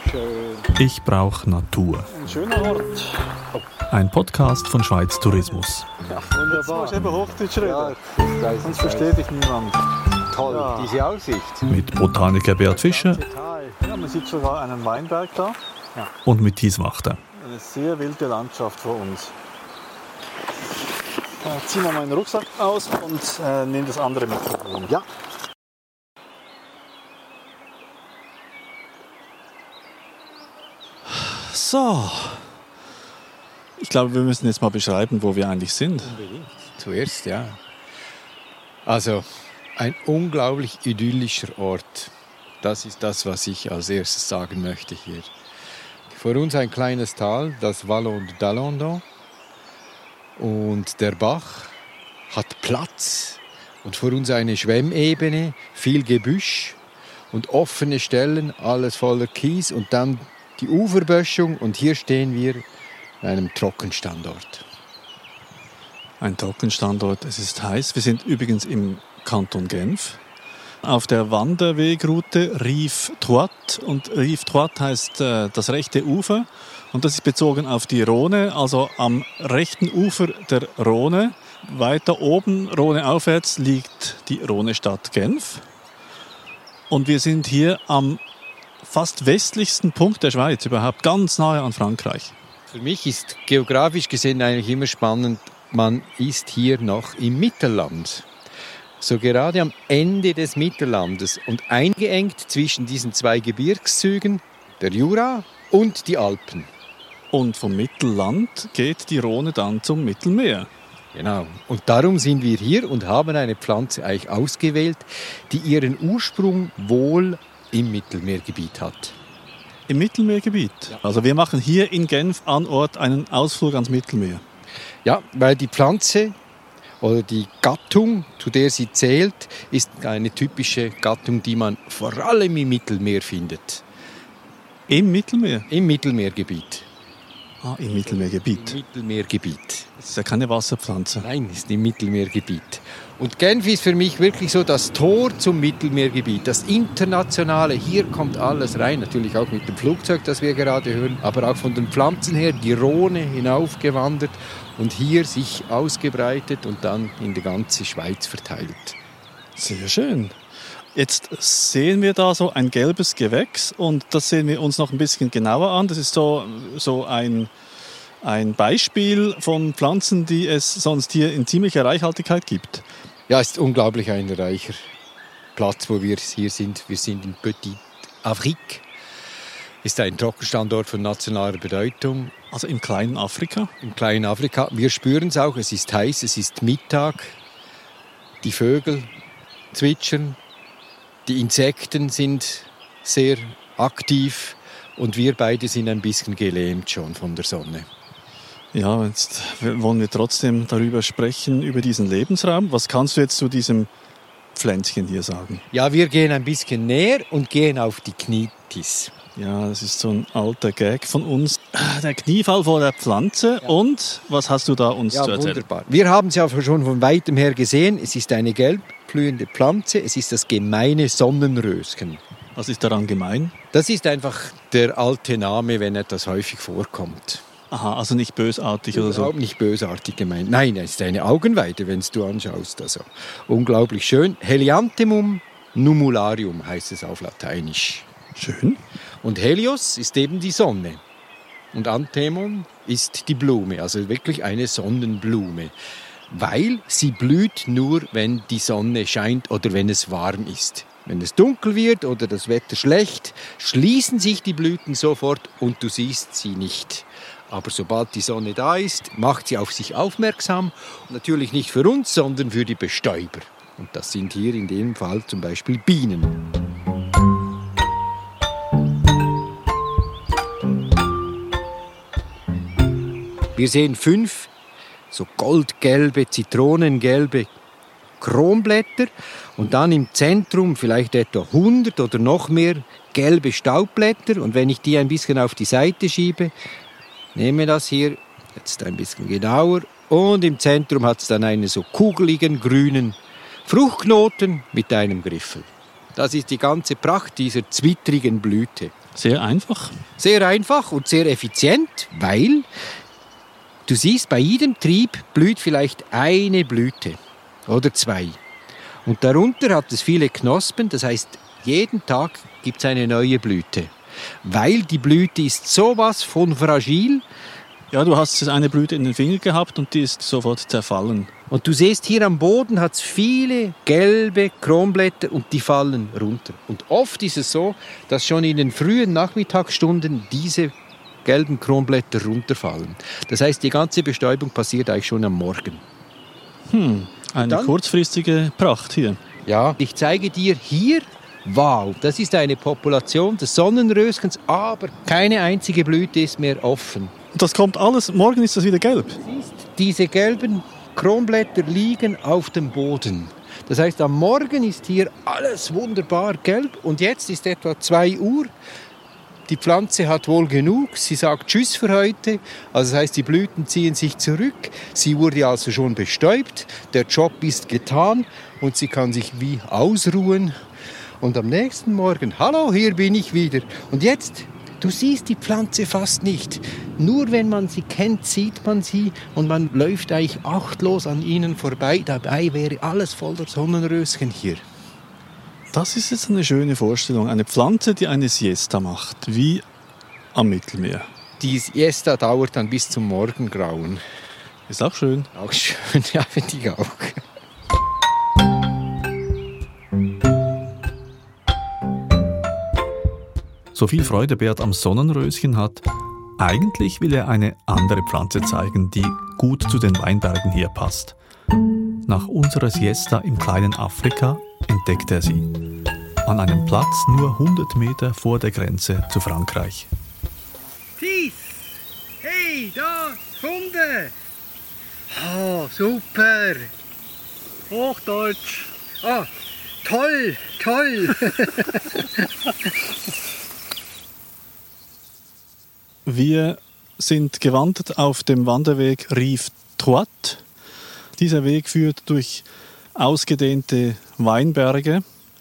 Schön. Ich brauche Natur. Ein schöner Ort. Ein Podcast von Schweiz Tourismus. Ja, wunderbar. Jetzt musst du eben Hochdeutsch reden. Ja, Sonst versteht dich niemand. Toll, Ja. diese Aussicht. Mit Botaniker Bert Fischer Ja, man sieht sogar einen Weinberg da. und mit Thies Wachter. Eine sehr wilde Landschaft vor uns. Ich ziehe mal meinen Rucksack aus und nehme das andere mit. Ja. So, ich glaube, wir müssen jetzt mal beschreiben, wo wir eigentlich sind. Zuerst, ja. Also, ein unglaublich idyllischer Ort. Das ist das, was ich als erstes sagen möchte hier. Vor uns ein kleines Tal, das Vallon d'Allandon. Und der Bach hat Platz. Und vor uns eine Schwemmebene, viel Gebüsch und offene Stellen, alles voller Kies. Und dann die Uferböschung. Und hier stehen wir in einem Trockenstandort. Ein Trockenstandort, es ist heiß. Wir sind übrigens im Kanton Genf. Auf der Wanderwegroute Rive Droite. Und Rive Droite heißt das rechte Ufer. Und das ist bezogen auf die Rhone, also am rechten Ufer der Rhone. Weiter oben, Rhone aufwärts, liegt die Rhone-Stadt Genf. Und wir sind hier am fast westlichsten Punkt der Schweiz überhaupt, ganz nahe an Frankreich. Für mich ist geografisch gesehen eigentlich immer spannend, man ist hier noch im Mittelland. So gerade am Ende des Mittellandes und eingeengt zwischen diesen zwei Gebirgszügen, der Jura und die Alpen. Und vom Mittelland geht die Rhone dann zum Mittelmeer. Genau. Und darum sind wir hier und haben eine Pflanze eigentlich ausgewählt, die ihren Ursprung wohl im Mittelmeergebiet hat. Im Mittelmeergebiet? Ja. Also wir machen hier in Genf an Ort einen Ausflug ans Mittelmeer. Ja, weil die Pflanze oder die Gattung, zu der sie zählt, ist eine typische Gattung, die man vor allem im Mittelmeer findet. Im Mittelmeer? Im Mittelmeergebiet. Ah, im Mittelmeergebiet. Im Mittelmeergebiet. Das ist ja keine Wasserpflanze. Nein, ist im Mittelmeergebiet. Und Genf ist für mich wirklich so das Tor zum Mittelmeergebiet, das Internationale. Hier kommt alles rein, natürlich auch mit dem Flugzeug, das wir gerade hören, aber auch von den Pflanzen her, die Rhone hinaufgewandert und hier sich ausgebreitet und dann in die ganze Schweiz verteilt. Sehr schön. Jetzt sehen wir da so ein gelbes Gewächs und das sehen wir uns noch ein bisschen genauer an. Das ist so ein Beispiel von Pflanzen, die es sonst hier in ziemlicher Reichhaltigkeit gibt. Ja, es ist unglaublich ein reicher Platz, wo wir hier sind. Wir sind in Petite Afrique. Ist ein Trockenstandort von nationaler Bedeutung. Also im kleinen Afrika? Im kleinen Afrika. Wir spüren es auch, es ist heiß, es ist Mittag. Die Vögel zwitschern, die Insekten sind sehr aktiv und wir beide sind ein bisschen gelähmt schon von der Sonne. Ja, jetzt wollen wir trotzdem darüber sprechen, über diesen Lebensraum. Was kannst du jetzt zu diesem Pflänzchen hier sagen? Ja, wir gehen ein bisschen näher und gehen auf die Knitis. Ja, das ist so ein alter Gag von uns. Der Kniefall vor der Pflanze. Ja. Und was hast du da uns zu erzählen? Wunderbar. Wir haben es ja schon von weitem her gesehen. Es ist eine gelb blühende Pflanze. Es ist das gemeine Sonnenröschen. Was ist daran gemein? Das ist einfach der alte Name, wenn etwas häufig vorkommt. Aha, also nicht bösartig oder so? Überhaupt nicht bösartig gemeint. Nein, es ist eine Augenweide, wenn du anschaust. Also, unglaublich schön. Helianthemum numularium heißt es auf Lateinisch. Schön. Und Helios ist eben die Sonne. Und Anthemum ist die Blume, also wirklich eine Sonnenblume. Weil sie blüht nur, wenn die Sonne scheint oder wenn es warm ist. Wenn es dunkel wird oder das Wetter schlecht, schließen sich die Blüten sofort und du siehst sie nicht. Aber sobald die Sonne da ist, macht sie auf sich aufmerksam. Natürlich nicht für uns, sondern für die Bestäuber. Und das sind hier in dem Fall zum Beispiel Bienen. Wir sehen 5 so goldgelbe, zitronengelbe Kronblätter und dann im Zentrum vielleicht etwa 100 oder noch mehr gelbe Staubblätter. Und wenn ich die ein bisschen auf die Seite schiebe, nehme das hier jetzt ein bisschen genauer und im Zentrum hat es dann einen so kugeligen grünen Fruchtknoten mit einem Griffel. Das ist die ganze Pracht dieser zwittrigen Blüte. Sehr einfach. Sehr einfach und sehr effizient, weil du siehst, bei jedem Trieb blüht vielleicht eine Blüte oder zwei. Und darunter hat es viele Knospen, das heißt, jeden Tag gibt es eine neue Blüte. Weil die Blüte ist sowas von fragil. Ja, du hast eine Blüte in den Finger gehabt und die ist sofort zerfallen. Und du siehst, hier am Boden hat es viele gelbe Kronblätter und die fallen runter. Und oft ist es so, dass schon in den frühen Nachmittagsstunden diese gelben Kronblätter runterfallen. Das heißt, die ganze Bestäubung passiert eigentlich schon am Morgen. Eine kurzfristige Pracht hier. Ja, ich zeige dir hier, wow, das ist eine Population des Sonnenröschens, aber keine einzige Blüte ist mehr offen. Und das kommt alles, morgen ist das wieder gelb. Diese gelben Kronblätter liegen auf dem Boden. Das heißt, am Morgen ist hier alles wunderbar gelb und jetzt ist etwa 2 Uhr. Die Pflanze hat wohl genug, sie sagt Tschüss für heute. Also das heißt, die Blüten ziehen sich zurück. Sie wurde also schon bestäubt, der Job ist getan und sie kann sich wie ausruhen. Und am nächsten Morgen, hallo, hier bin ich wieder. Und jetzt, du siehst die Pflanze fast nicht. Nur wenn man sie kennt, sieht man sie und man läuft eigentlich achtlos an ihnen vorbei. Dabei wäre alles voller Sonnenröschen hier. Das ist jetzt eine schöne Vorstellung. Eine Pflanze, die eine Siesta macht, wie am Mittelmeer. Die Siesta dauert dann bis zum Morgengrauen. Ist auch schön. Auch schön, ja, finde ich auch. So viel Freude Bert am Sonnenröschen hat, eigentlich will er eine andere Pflanze zeigen, die gut zu den Weinbergen hier passt. Nach unserer Siesta im kleinen Afrika entdeckt er sie. An einem Platz nur 100 Meter vor der Grenze zu Frankreich. Thies! Hey, da, Kunde! Oh, super! Hochdeutsch. Ah, toll, toll! Wir sind gewandert auf dem Wanderweg Rive Droite. Dieser Weg führt durch ausgedehnte Weinberge.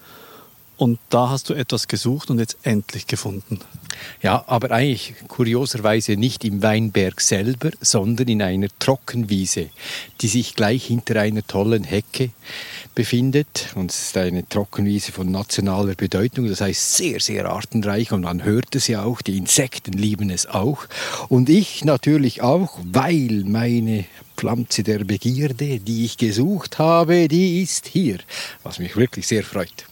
Und da hast du etwas gesucht und jetzt endlich gefunden. Ja, aber eigentlich kurioserweise nicht im Weinberg selber, sondern in einer Trockenwiese, die sich gleich hinter einer tollen Hecke befindet. Und es ist eine Trockenwiese von nationaler Bedeutung, das heißt sehr, sehr artenreich. Und man hört es ja auch, die Insekten lieben es auch. Und ich natürlich auch, weil meine Pflanze der Begierde, die ich gesucht habe, die ist hier, was mich wirklich sehr freut.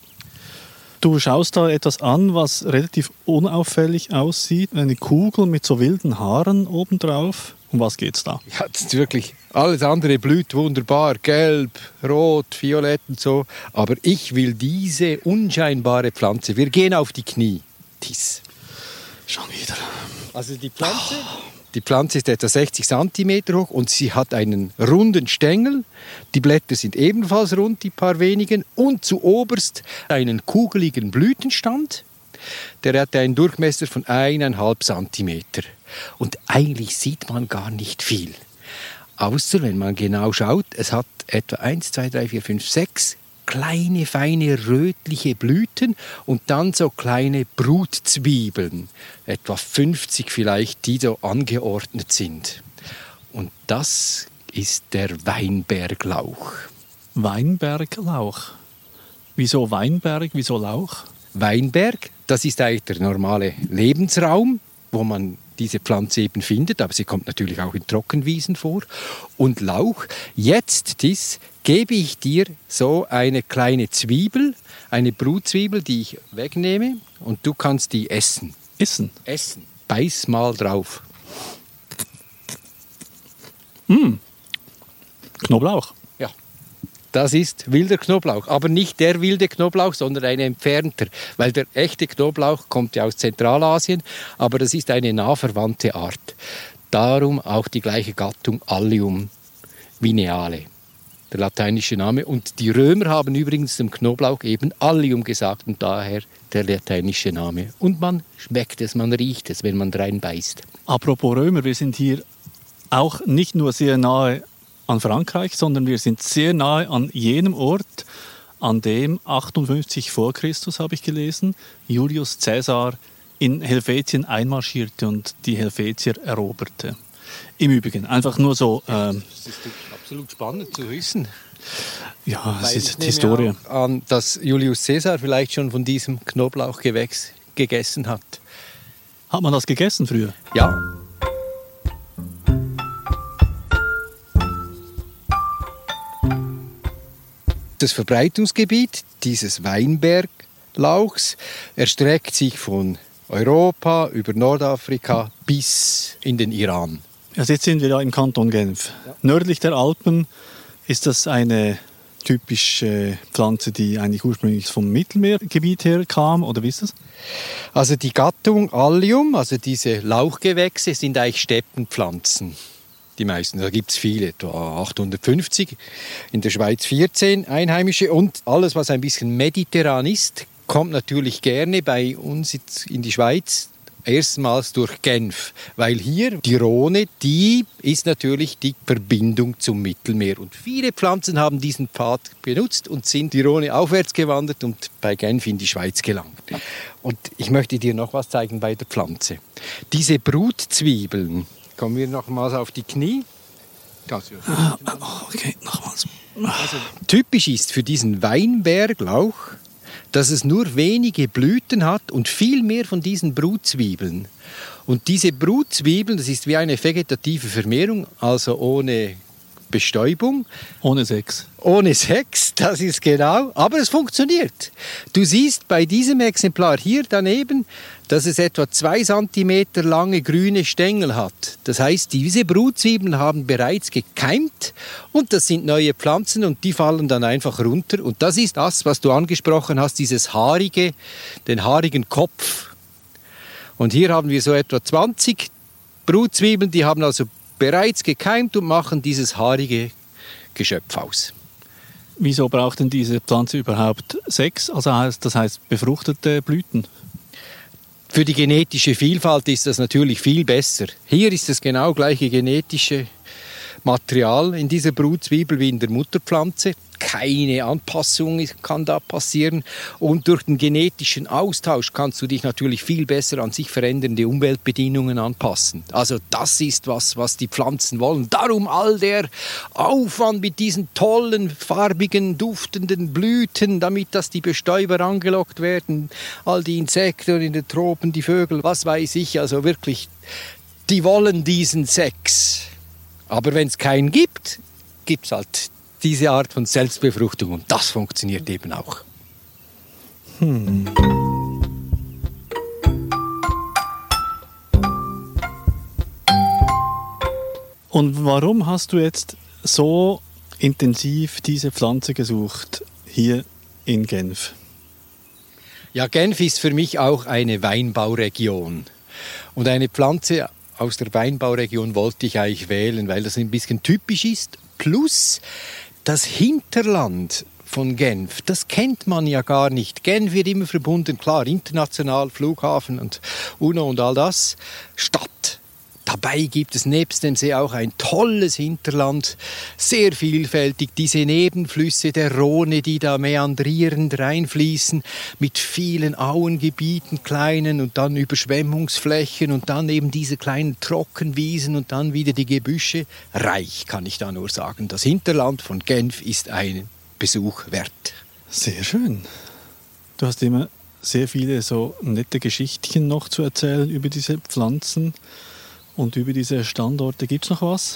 Du schaust da etwas an, was relativ unauffällig aussieht. Eine Kugel mit so wilden Haaren obendrauf. Um was geht's da? Ja, das ist wirklich, alles andere blüht wunderbar, gelb, rot, violett und so. Aber ich will diese unscheinbare Pflanze. Wir gehen auf die Knie. Tis. Schon wieder. Also die Pflanze ist etwa 60 cm hoch und sie hat einen runden Stängel. Die Blätter sind ebenfalls rund, die paar wenigen. Und zuoberst einen kugeligen Blütenstand. Der hat einen Durchmesser von 1,5 cm. Und eigentlich sieht man gar nicht viel. Außer, wenn man genau schaut, es hat etwa 1, 2, 3, 4, 5, 6 kleine, feine, rötliche Blüten und dann so kleine Brutzwiebeln, etwa 50 vielleicht, die so angeordnet sind. Und das ist der Weinberglauch. Weinberglauch? Wieso Weinberg, wieso Lauch? Weinberg, das ist eigentlich der normale Lebensraum, wo man diese Pflanze eben findet, aber sie kommt natürlich auch in Trockenwiesen vor. Und Lauch, jetzt gebe ich dir so eine kleine Zwiebel, eine Brutzwiebel, die ich wegnehme und du kannst die essen. Essen? Essen. Beiß mal drauf. Knoblauch. Ja, das ist wilder Knoblauch, aber nicht der wilde Knoblauch, sondern ein entfernter, weil der echte Knoblauch kommt ja aus Zentralasien, aber das ist eine nah verwandte Art. Darum auch die gleiche Gattung Allium vineale, der lateinische Name. Und die Römer haben übrigens dem Knoblauch eben Allium gesagt und daher der lateinische Name. Und man schmeckt es, man riecht es, wenn man reinbeißt. Apropos Römer, wir sind hier auch nicht nur sehr nahe an Frankreich, sondern wir sind sehr nahe an jenem Ort, an dem 58 vor Christus, habe ich gelesen, Julius Caesar in Helvetien einmarschierte und die Helvetier eroberte. Im Übrigen, einfach nur so... Das ist absolut spannend zu wissen. Ja, es Weil ist ich die Historie. nehme auch an, dass Julius Caesar vielleicht schon von diesem Knoblauchgewächs gegessen hat. Hat man das gegessen früher? Ja. Das Verbreitungsgebiet dieses Weinberglauchs erstreckt sich von Europa über Nordafrika bis in den Iran. Also jetzt sind wir da im Kanton Genf. Ja. Nördlich der Alpen ist das eine typische Pflanze, die eigentlich ursprünglich vom Mittelmeergebiet her kam, oder wie ist das? Also die Gattung Allium, also diese Lauchgewächse, sind eigentlich Steppenpflanzen. Die meisten, da gibt es viele, etwa 850, in der Schweiz 14 einheimische und alles, was ein bisschen mediterran ist, kommt natürlich gerne bei uns in die Schweiz, erstmals durch Genf, weil hier die Rhone, die ist natürlich die Verbindung zum Mittelmeer und viele Pflanzen haben diesen Pfad benutzt und sind die Rhone aufwärts gewandert und bei Genf in die Schweiz gelangt. Und ich möchte dir noch was zeigen bei der Pflanze. Diese Brutzwiebeln, kommen wir nochmals auf die Knie. Okay, nochmals. Also, typisch ist für diesen Weinberglauch, dass es nur wenige Blüten hat und viel mehr von diesen Brutzwiebeln. Und diese Brutzwiebeln, das ist wie eine vegetative Vermehrung, also ohne Bestäubung. Ohne Sex. Ohne Sex, das ist genau, aber es funktioniert. Du siehst bei diesem Exemplar hier daneben, dass es etwa 2 cm lange grüne Stängel hat. Das heißt, diese Brutzwiebeln haben bereits gekeimt und das sind neue Pflanzen und die fallen dann einfach runter. Und das ist das, was du angesprochen hast, dieses haarige, den haarigen Kopf. Und hier haben wir so etwa 20 Brutzwiebeln, die haben also bereits gekeimt und machen dieses haarige Geschöpf aus. Wieso braucht denn diese Pflanze überhaupt Sex? Also das heißt befruchtete Blüten? Für die genetische Vielfalt ist das natürlich viel besser. Hier ist das genau gleiche genetische Material in dieser Brutzwiebel wie in der Mutterpflanze. Keine Anpassung kann da passieren. Und durch den genetischen Austausch kannst du dich natürlich viel besser an sich verändernde Umweltbedingungen anpassen. Also das ist was die Pflanzen wollen. Darum all der Aufwand mit diesen tollen, farbigen, duftenden Blüten, damit dass die Bestäuber angelockt werden. All die Insekten in den Tropen, die Vögel, was weiß ich. Also wirklich, die wollen diesen Sex. Aber wenn es keinen gibt, gibt es halt diese Art von Selbstbefruchtung und das funktioniert eben auch. Und warum hast du jetzt so intensiv diese Pflanze gesucht hier in Genf? Ja, Genf ist für mich auch eine Weinbauregion und eine Pflanze aus der Weinbauregion wollte ich eigentlich wählen, weil das ein bisschen typisch ist. Plus das Hinterland von Genf, das kennt man ja gar nicht. Genf wird immer verbunden, klar, international, Flughafen und UNO und all das, Stadt. Dabei gibt es nebst dem See auch ein tolles Hinterland, sehr vielfältig. Diese Nebenflüsse der Rhone, die da meandrierend reinfließen, mit vielen Auengebieten, kleinen und dann Überschwemmungsflächen und dann eben diese kleinen Trockenwiesen und dann wieder die Gebüsche. Reich, kann ich da nur sagen. Das Hinterland von Genf ist ein Besuch wert. Sehr schön. Du hast immer sehr viele so nette Geschichtchen noch zu erzählen über diese Pflanzen. Und über diese Standorte gibt es noch was?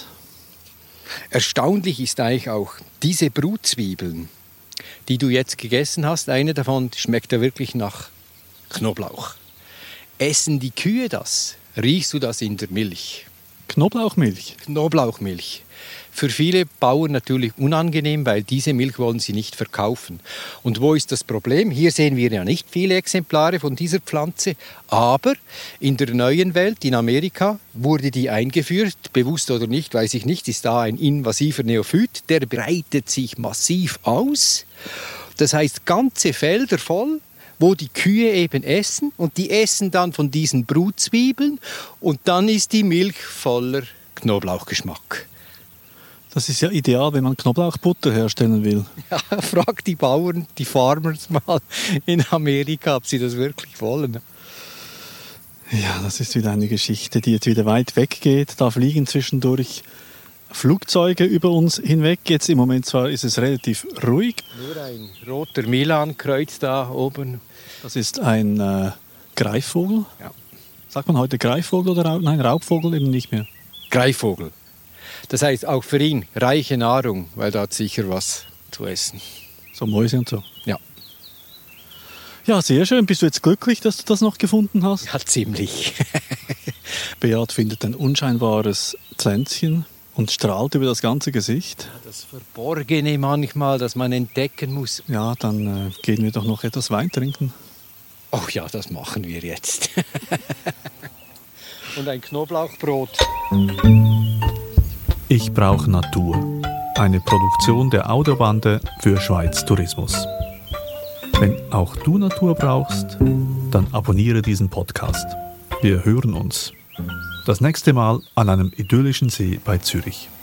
Erstaunlich ist eigentlich auch diese Brutzwiebeln, die du jetzt gegessen hast. Eine davon schmeckt ja wirklich nach Knoblauch. Essen die Kühe das? Riechst du das in der Milch? Knoblauchmilch? Knoblauchmilch. Für viele Bauern natürlich unangenehm, weil diese Milch wollen sie nicht verkaufen. Und wo ist das Problem? Hier sehen wir ja nicht viele Exemplare von dieser Pflanze, aber in der neuen Welt, in Amerika, wurde die eingeführt, bewusst oder nicht, weiß ich nicht, ist da ein invasiver Neophyt, der breitet sich massiv aus. Das heißt, ganze Felder voll, wo die Kühe eben essen und die essen dann von diesen Brutzwiebeln und dann ist die Milch voller Knoblauchgeschmack. Das ist ja ideal, wenn man Knoblauchbutter herstellen will. Ja, frag die Bauern, die Farmers mal in Amerika, ob sie das wirklich wollen. Ja, das ist wieder eine Geschichte, die jetzt wieder weit weg geht. Da fliegen zwischendurch Flugzeuge über uns hinweg. Jetzt im Moment zwar ist es relativ ruhig. Nur ein roter Milan-Kreuz da oben. Das ist ein Greifvogel. Ja. Sagt man heute Greifvogel oder nein, Raubvogel eben nicht mehr? Greifvogel. Das heißt auch für ihn reiche Nahrung, weil da hat sicher was zu essen. So Mäuse und so. Ja. Ja, sehr schön. Bist du jetzt glücklich, dass du das noch gefunden hast? Ja, ziemlich. Beat findet ein unscheinbares Pflänzchen und strahlt über das ganze Gesicht. Das Verborgene manchmal, das man entdecken muss. Ja, dann gehen wir doch noch etwas Wein trinken. Ach ja, das machen wir jetzt. Und ein Knoblauchbrot. Ich brauche Natur. Eine Produktion der Audiobande für Schweiz Tourismus. Wenn auch du Natur brauchst, dann abonniere diesen Podcast. Wir hören uns. Das nächste Mal an einem idyllischen See bei Zürich.